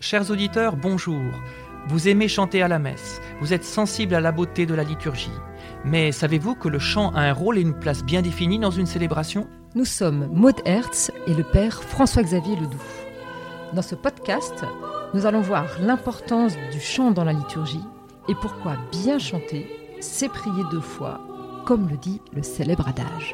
Chers auditeurs, bonjour. Vous aimez chanter à la messe, vous êtes sensible à la beauté de la liturgie. Mais savez-vous que le chant a un rôle et une place bien définie dans une célébration ? Nous sommes Maud Hertz et le père François-Xavier Ledoux. Dans ce podcast, nous allons voir l'importance du chant dans la liturgie et pourquoi bien chanter, c'est prier 2 fois, comme le dit le célèbre adage.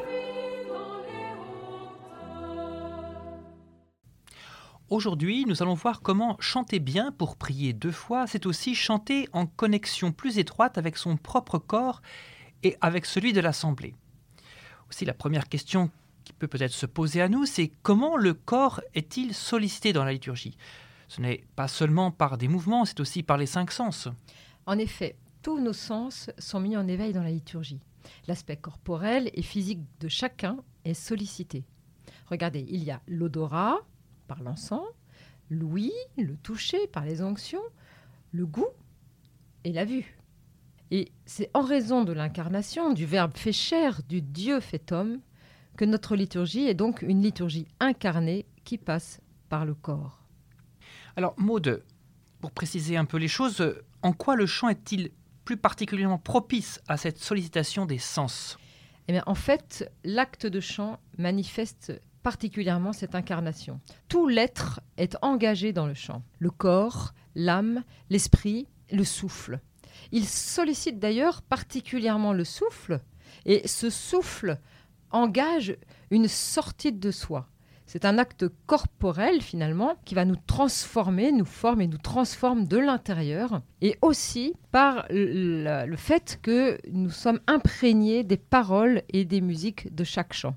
Aujourd'hui, nous allons voir comment chanter bien pour prier 2 fois, c'est aussi chanter en connexion plus étroite avec son propre corps et avec celui de l'assemblée. Aussi, la première question qui peut peut-être se poser à nous, c'est comment le corps est-il sollicité dans la liturgie ? Ce n'est pas seulement par des mouvements, c'est aussi par les 5 sens. En effet, tous nos sens sont mis en éveil dans la liturgie. L'aspect corporel et physique de chacun est sollicité. Regardez, il y a l'odorat, par l'encens, l'ouïe, le toucher par les onctions, le goût et la vue. Et c'est en raison de l'incarnation, du Verbe fait chair, du Dieu fait homme, que notre liturgie est donc une liturgie incarnée qui passe par le corps. Alors Maud, pour préciser un peu les choses, en quoi le chant est-il plus particulièrement propice à cette sollicitation des sens ? Eh bien, en fait, l'acte de chant manifeste particulièrement cette incarnation. Tout l'être est engagé dans le chant. Le corps, l'âme, l'esprit, le souffle. Il sollicite d'ailleurs particulièrement le souffle, et ce souffle engage une sortie de soi. C'est un acte corporel finalement qui va nous transformer, nous forme et nous transforme de l'intérieur, et aussi par le fait que nous sommes imprégnés des paroles et des musiques de chaque chant.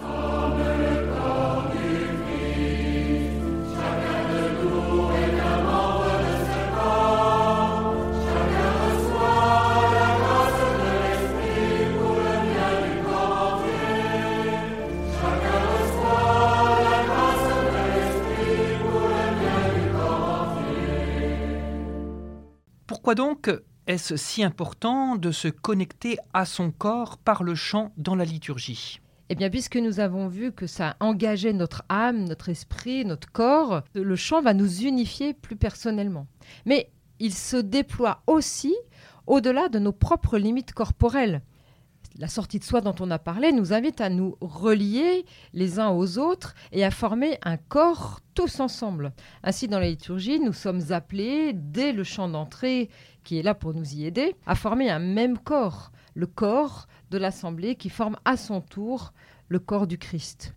Pourquoi donc est-ce si important de se connecter à son corps par le chant dans la liturgie ? Eh bien, puisque nous avons vu que ça engageait notre âme, notre esprit, notre corps, le chant va nous unifier plus personnellement. Mais il se déploie aussi au-delà de nos propres limites corporelles. La sortie de soi dont on a parlé nous invite à nous relier les uns aux autres et à former un corps tous ensemble. Ainsi, dans la liturgie, nous sommes appelés, dès le chant d'entrée qui est là pour nous y aider, à former un même corps, le corps de l'Assemblée qui forme à son tour le corps du Christ.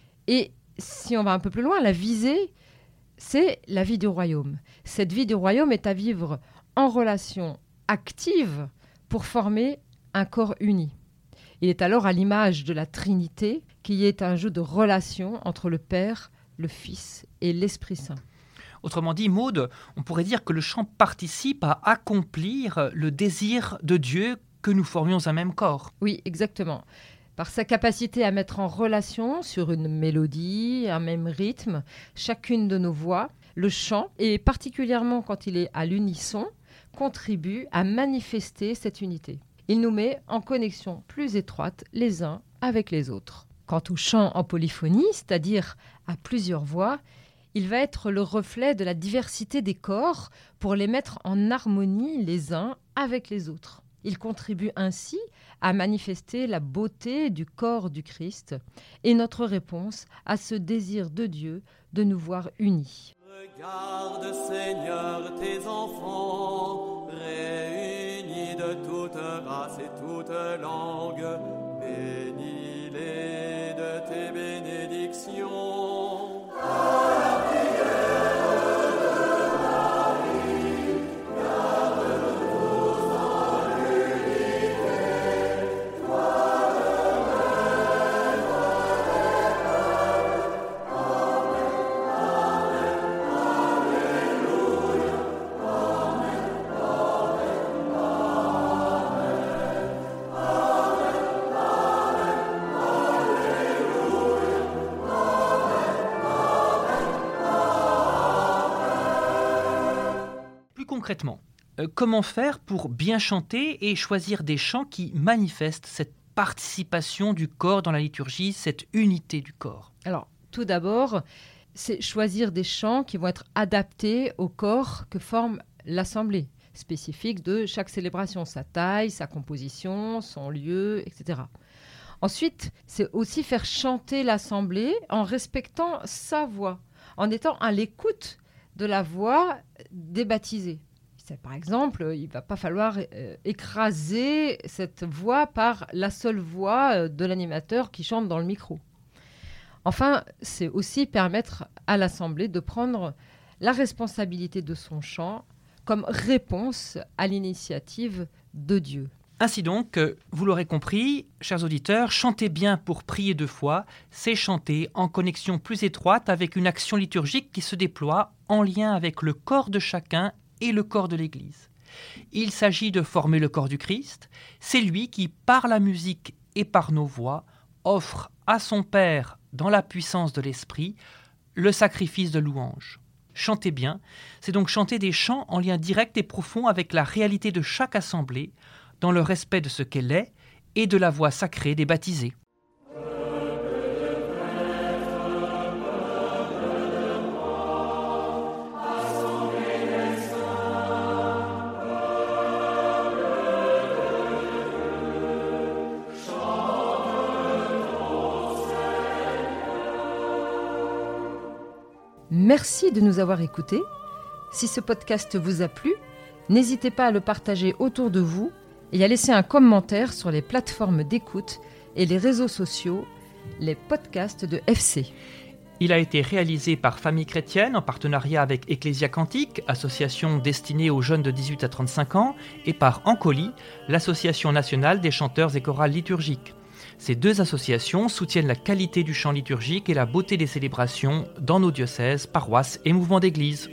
Et si on va un peu plus loin, la visée, c'est la vie du royaume. Cette vie du royaume est à vivre en relation active pour former un corps uni. Il est alors à l'image de la Trinité, qui est un jeu de relations entre le Père, le Fils et l'Esprit Saint. Autrement dit, Maud, on pourrait dire que le chant participe à accomplir le désir de Dieu que nous formions un même corps. Oui, exactement. Par sa capacité à mettre en relation sur une mélodie, un même rythme, chacune de nos voix, le chant, et particulièrement quand il est à l'unisson, contribue à manifester cette unité. Il nous met en connexion plus étroite les uns avec les autres. Quant au chant en polyphonie, c'est-à-dire à plusieurs voix, il va être le reflet de la diversité des corps pour les mettre en harmonie les uns avec les autres. Il contribue ainsi à manifester la beauté du corps du Christ et notre réponse à ce désir de Dieu de nous voir unis. Regarde, Seigneur, tes enfants, réunis de toute race et toute langue, bénis-les de tes bénédictions. Concrètement, comment faire pour bien chanter et choisir des chants qui manifestent cette participation du corps dans la liturgie, cette unité du corps ? Alors, tout d'abord, c'est choisir des chants qui vont être adaptés au corps que forme l'assemblée, spécifique de chaque célébration, sa taille, sa composition, son lieu, etc. Ensuite, c'est aussi faire chanter l'assemblée en respectant sa voix, en étant à l'écoute de la voix des baptisés. Par exemple, il ne va pas falloir écraser cette voix par la seule voix de l'animateur qui chante dans le micro. Enfin, c'est aussi permettre à l'assemblée de prendre la responsabilité de son chant comme réponse à l'initiative de Dieu. Ainsi donc, vous l'aurez compris, chers auditeurs, chanter bien pour prier 2 fois, c'est chanter en connexion plus étroite avec une action liturgique qui se déploie en lien avec le corps de chacun et le corps de l'Église. Il s'agit de former le corps du Christ. C'est lui qui, par la musique et par nos voix, offre à son Père, dans la puissance de l'Esprit, le sacrifice de louange. Chanter bien, c'est donc chanter des chants en lien direct et profond avec la réalité de chaque assemblée, dans le respect de ce qu'elle est et de la voix sacrée des baptisés. Merci de nous avoir écoutés. Si ce podcast vous a plu, n'hésitez pas à le partager autour de vous et à laisser un commentaire sur les plateformes d'écoute et les réseaux sociaux, les podcasts de FC. Il a été réalisé par Famille Chrétienne en partenariat avec Ecclésia Cantique, association destinée aux jeunes de 18 à 35 ans, et par Ancoli, l'association nationale des chanteurs et chorales liturgiques. Ces 2 associations soutiennent la qualité du chant liturgique et la beauté des célébrations dans nos diocèses, paroisses et mouvements d'église.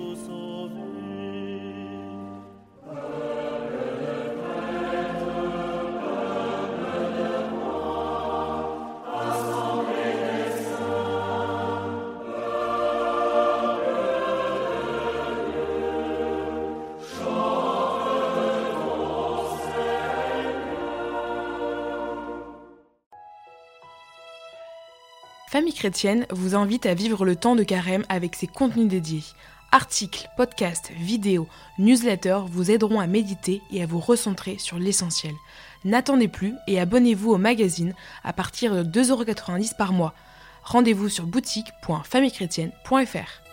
Famille Chrétienne vous invite à vivre le temps de carême avec ses contenus dédiés. Articles, podcasts, vidéos, newsletters vous aideront à méditer et à vous recentrer sur l'essentiel. N'attendez plus et abonnez-vous au magazine à partir de 2,90 € par mois. Rendez-vous sur boutique.famillechrétienne.fr.